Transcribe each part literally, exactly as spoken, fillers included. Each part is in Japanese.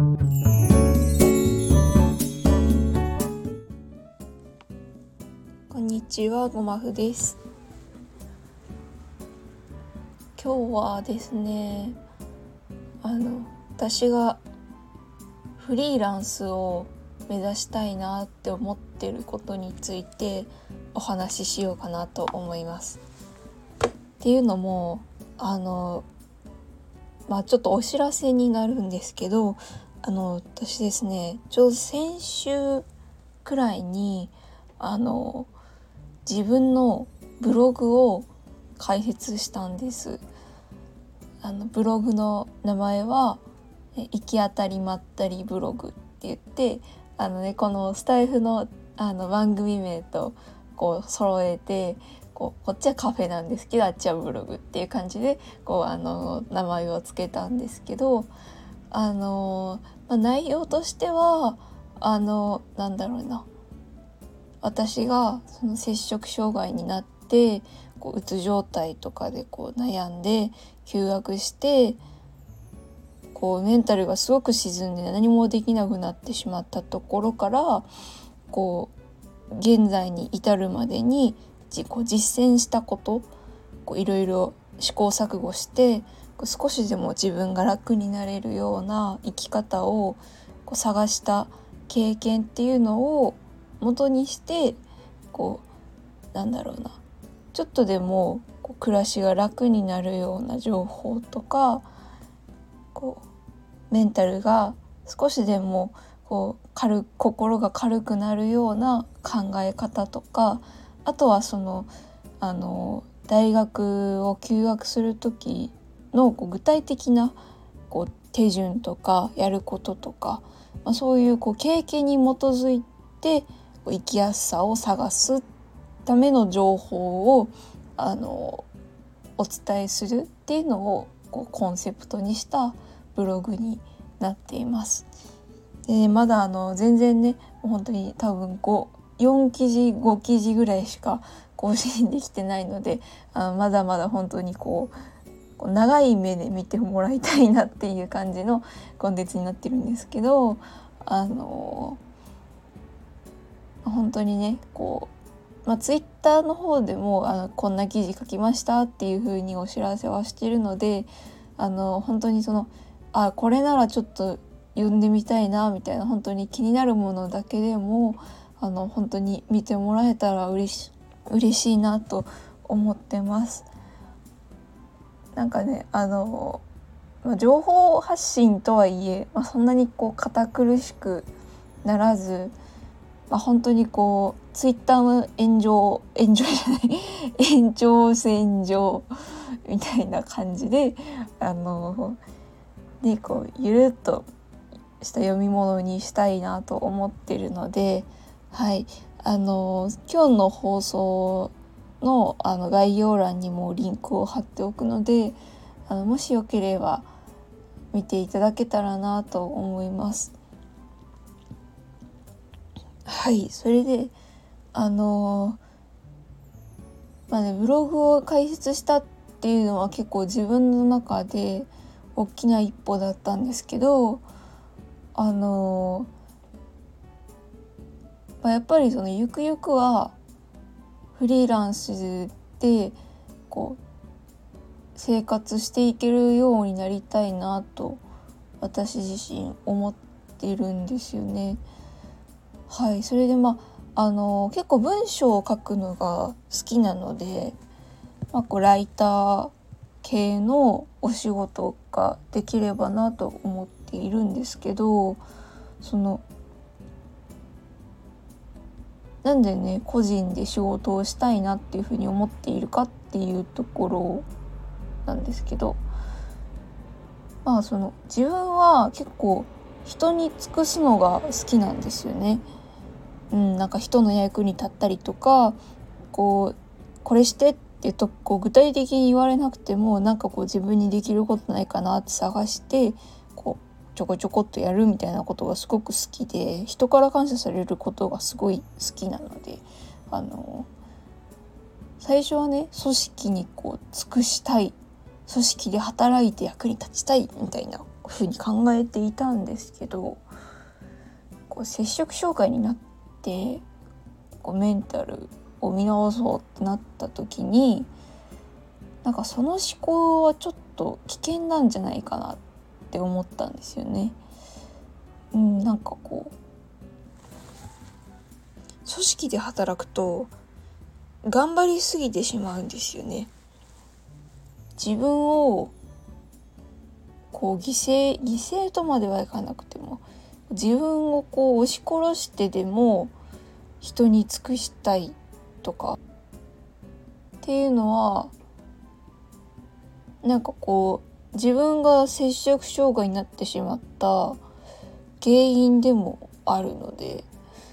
こんにちは、ごまふです。今日はですね、あの私がフリーランスを目指したいなって思ってることについてお話ししようかなと思います。っていうのもあのまあちょっとお知らせになるんですけど、あの私ですね、ちょうど先週くらいにあの自分のブログを開設したんです。あのブログの名前は行き当たりまったりブログって言って、あのねこのスタイフのあの番組名とこう揃えて、こうこっちはカフェなんですけどあっちはブログっていう感じでこうあの名前をつけたんですけど、あの、まあ、内容としてはあのなんだろうな、私がその摂食障害になってこううつ状態とかでこう悩んで休学して、こうメンタルがすごく沈んで何もできなくなってしまったところから、こう現在に至るまでに自己実践したこと、こういろいろ試行錯誤して少しでも自分が楽になれるような生き方をこう探した経験っていうのを元にして、こうなんだろうな、ちょっとでもこう暮らしが楽になるような情報とか、こうメンタルが少しでもこう軽心が軽くなるような考え方とか、あとはそのあの大学を休学する時のこう具体的なこう手順とかやることとか、まあ、そういうこう経験に基づいて生きやすさを探すための情報をあのお伝えするっていうのをこうコンセプトにしたブログになっています。でまだあの全然ね、本当に多分ご、よん記事ご記事ぐらいしか更新できてないので、あまだまだ本当にこう、こう長い目で見てもらいたいなっていう感じのコンテンツになってるんですけど、あの本当にねこう、まあ、ツイッターの方でもあのこんな記事書きましたっていう風にお知らせはしているので、あの本当にそのあこれならちょっと読んでみたいなみたいな、本当に気になるものだけでもあの本当に見てもらえたら嬉し嬉しいなと思ってます。なんかねあの情報発信とはいえ、まあ、そんなにこう堅苦しくならず、まあ、本当にこうツイッターの炎上炎上じゃない延長線上みたいな感じであのでこうゆるっとした読み物にしたいなと思ってるので、はい、あの今日の放送のあの概要欄にもリンクを貼っておくので、あのもしよければ見ていただけたらなと思います。はい、それであのまあね、ブログを開設したっていうのは結構自分の中で大きな一歩だったんですけど、あのまあ、やっぱりそのゆくゆくはフリーランスでこう生活していけるようになりたいなと私自身思っているんですよね。はい、それでまああの結構文章を書くのが好きなので、まあ、こうライター系のお仕事ができればなと思っているんですけど、そのなんでね個人で仕事をしたいなっていうふうに思っているかっていうところなんですけど、まあその自分は結構人に尽くすのが好きなんですよね。うん、なんか人の役に立ったりとか、こうこれしてって言うとこう具体的に言われなくてもなんかこう自分にできることないかなって探してこうちょこちょこっとやるみたいなことがすごく好きで、人から感謝されることがすごい好きなので、あの最初はね組織にこう尽くしたい、組織で働いて役に立ちたいみたいなふうに考えていたんですけど、こう摂食障害になってこうメンタルを見直そうってなった時に、なんかその思考はちょっと危険なんじゃないかなって思ったんですよね。うん、なんかこう組織で働くと頑張りすぎてしまうんですよね。自分をこう犠牲犠牲とまではいかなくても、自分をこう押し殺してでも人に尽くしたいとかっていうのは、なんかこう自分が摂食障害になってしまった原因でもあるので、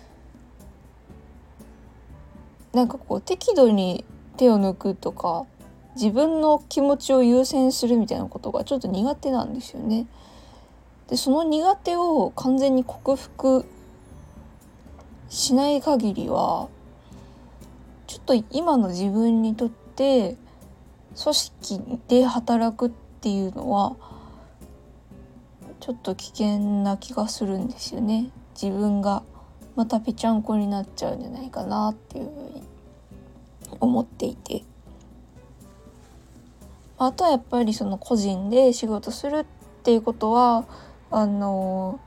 なんかこう適度に手を抜くとか自分の気持ちを優先するみたいなことがちょっと苦手なんですよね。でその苦手を完全に克服しない限りは、ちょっと今の自分にとって組織で働くっていうのはちょっと危険な気がするんですよね。自分がまたぺちゃんこになっちゃうんじゃないかなっていうふうに思っていて、あとはやっぱりその個人で仕事するっていうことはあの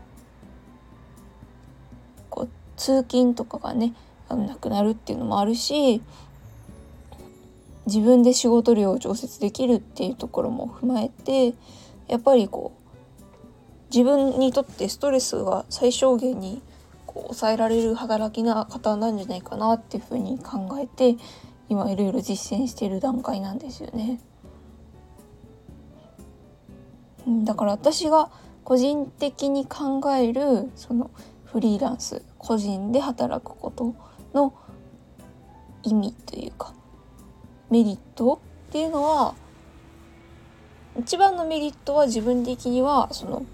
こう通勤とかがねなくなるっていうのもあるし、自分で仕事量を調節できるっていうところも踏まえて、やっぱりこう自分にとってストレスが最小限にこう抑えられる働きな方なんじゃないかなっていうふうに考えて、今いろいろ実践している段階なんですよね。だから私が個人的に考えるそのフリーランス、個人で働くことの意味というかメリットっていうのは、一番のメリットは自分的にはその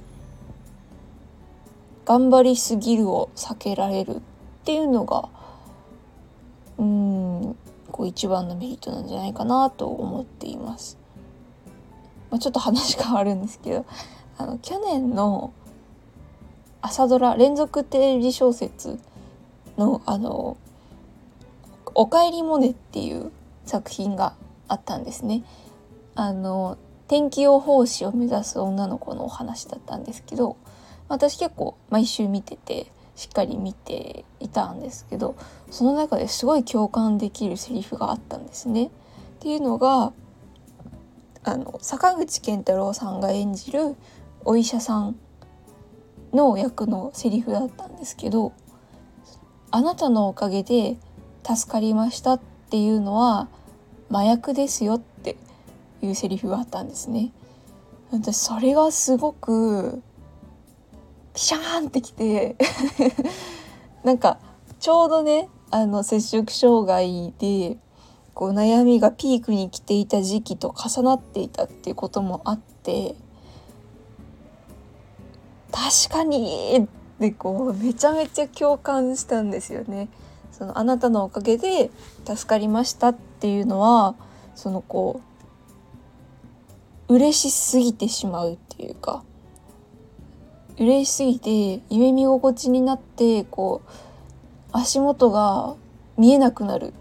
頑張りすぎるを避けられるっていうのがうーんこう一番のメリットなんじゃないかなと思っています。まあ、ちょっと話変わるんですけど、あの去年の朝ドラ連続テレビ小説のあのおかえりモネっていう作品があったんですね。あの天気予報士を目指す女の子のお話だったんですけど、私結構毎週見ててしっかり見ていたんですけど、その中ですごい共感できるセリフがあったんですね。っていうのがあの坂口健太郎さんが演じるお医者さんの役のセリフだったんですけど、あなたのおかげで助かりましたっていうのは麻薬ですよっていうセリフがあったんですね。私それがすごくピシャーンってきてなんかちょうどねあの摂食障害でこう悩みがピークに来ていた時期と重なっていたっていうこともあって、確かにってこうめちゃめちゃ共感したんですよね。そのあなたのおかげで助かりましたっていうのはそのこう嬉しすぎてしまうっていうか、嬉しすぎて夢見心地になってこう足元が見えなくなる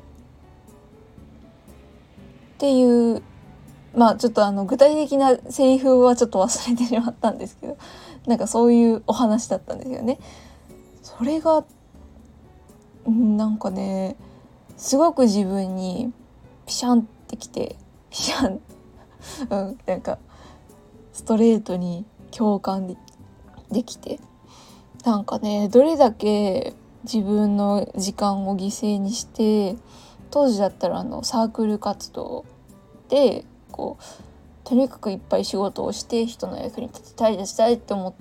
っていう、まあちょっとあの具体的なセリフはちょっと忘れてしまったんですけど、なんかそういうお話だったんですよね。それがなんかねすごく自分にピシャンってきて、ピシャン、うん、なんかストレートに共感でできて、なんかねどれだけ自分の時間を犠牲にして、当時だったらあのサークル活動でこうとにかくいっぱい仕事をして人の役に立ちたい立ちたいって思って、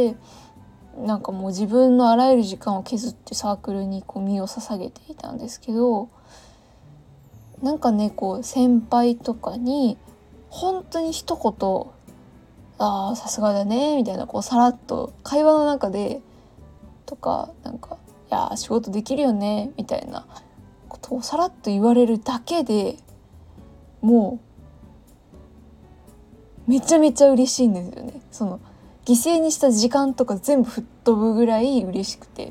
なんかもう自分のあらゆる時間を削ってサークルにこう身を捧げていたんですけど、なんかねこう先輩とかに本当に一言ああさすがだねみたいなこうさらっと会話の中でとか、なんかいや仕事できるよねみたいなことをさらっと言われるだけでもめちゃめちゃ嬉しいんですよね。その犠牲にした時間とか全部吹っ飛ぶぐらい嬉しくて、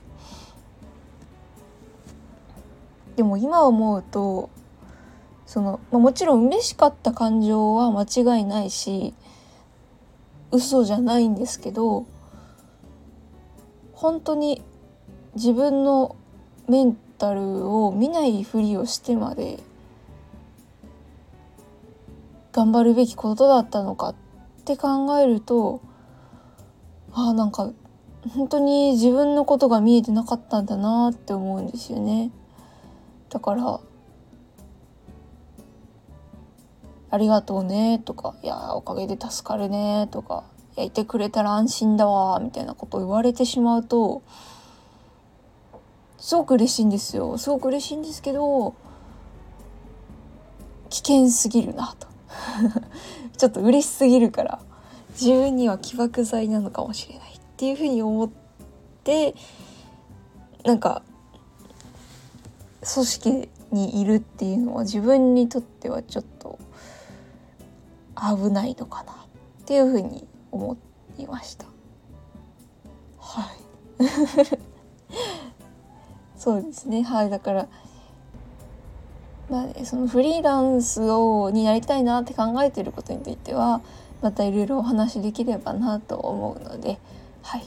でも今思うとその、まあ、もちろん嬉しかった感情は間違いないし嘘じゃないんですけど、本当に自分のメンタルを見ないふりをしてまで頑張るべきことだったのかって考えると、ああなんか本当に自分のことが見えてなかったんだなって思うんですよね。だからありがとうねとか、いやおかげで助かるねとか、いやいてくれたら安心だわみたいなことを言われてしまうとすごく嬉しいんですよ。すごく嬉しいんですけど危険すぎるなとちょっと嬉しすぎるから自分には起爆剤なのかもしれないっていうふうに思って、なんか組織にいるっていうのは自分にとってはちょっと危ないのかなっていうふうに思いました。はいそうですね。はい、だからまあね、そのフリーランスをになりたいなって考えていることについてはまたいろいろお話しできればなと思うので、はい、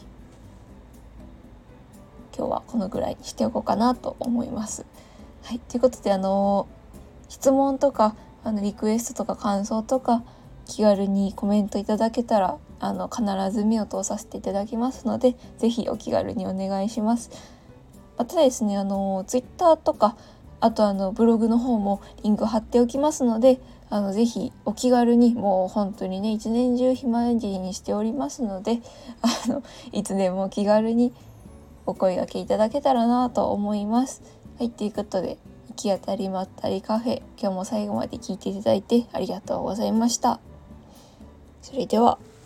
今日はこのぐらいにしておこうかなと思います。はい、ということであの質問とかあのリクエストとか感想とか気軽にコメントいただけたらあの必ず目を通させていただきますので、ぜひお気軽にお願いします。またですね、あのツイッターとかあとあのブログの方もリンク貼っておきますので、あのぜひお気軽に、もう本当にね一年中暇エンジンにしておりますので、あのいつでも気軽にお声掛けいただけたらなと思います。はい、ということで行き当たりまったりカフェ、今日も最後まで聞いていただいてありがとうございました。それでは。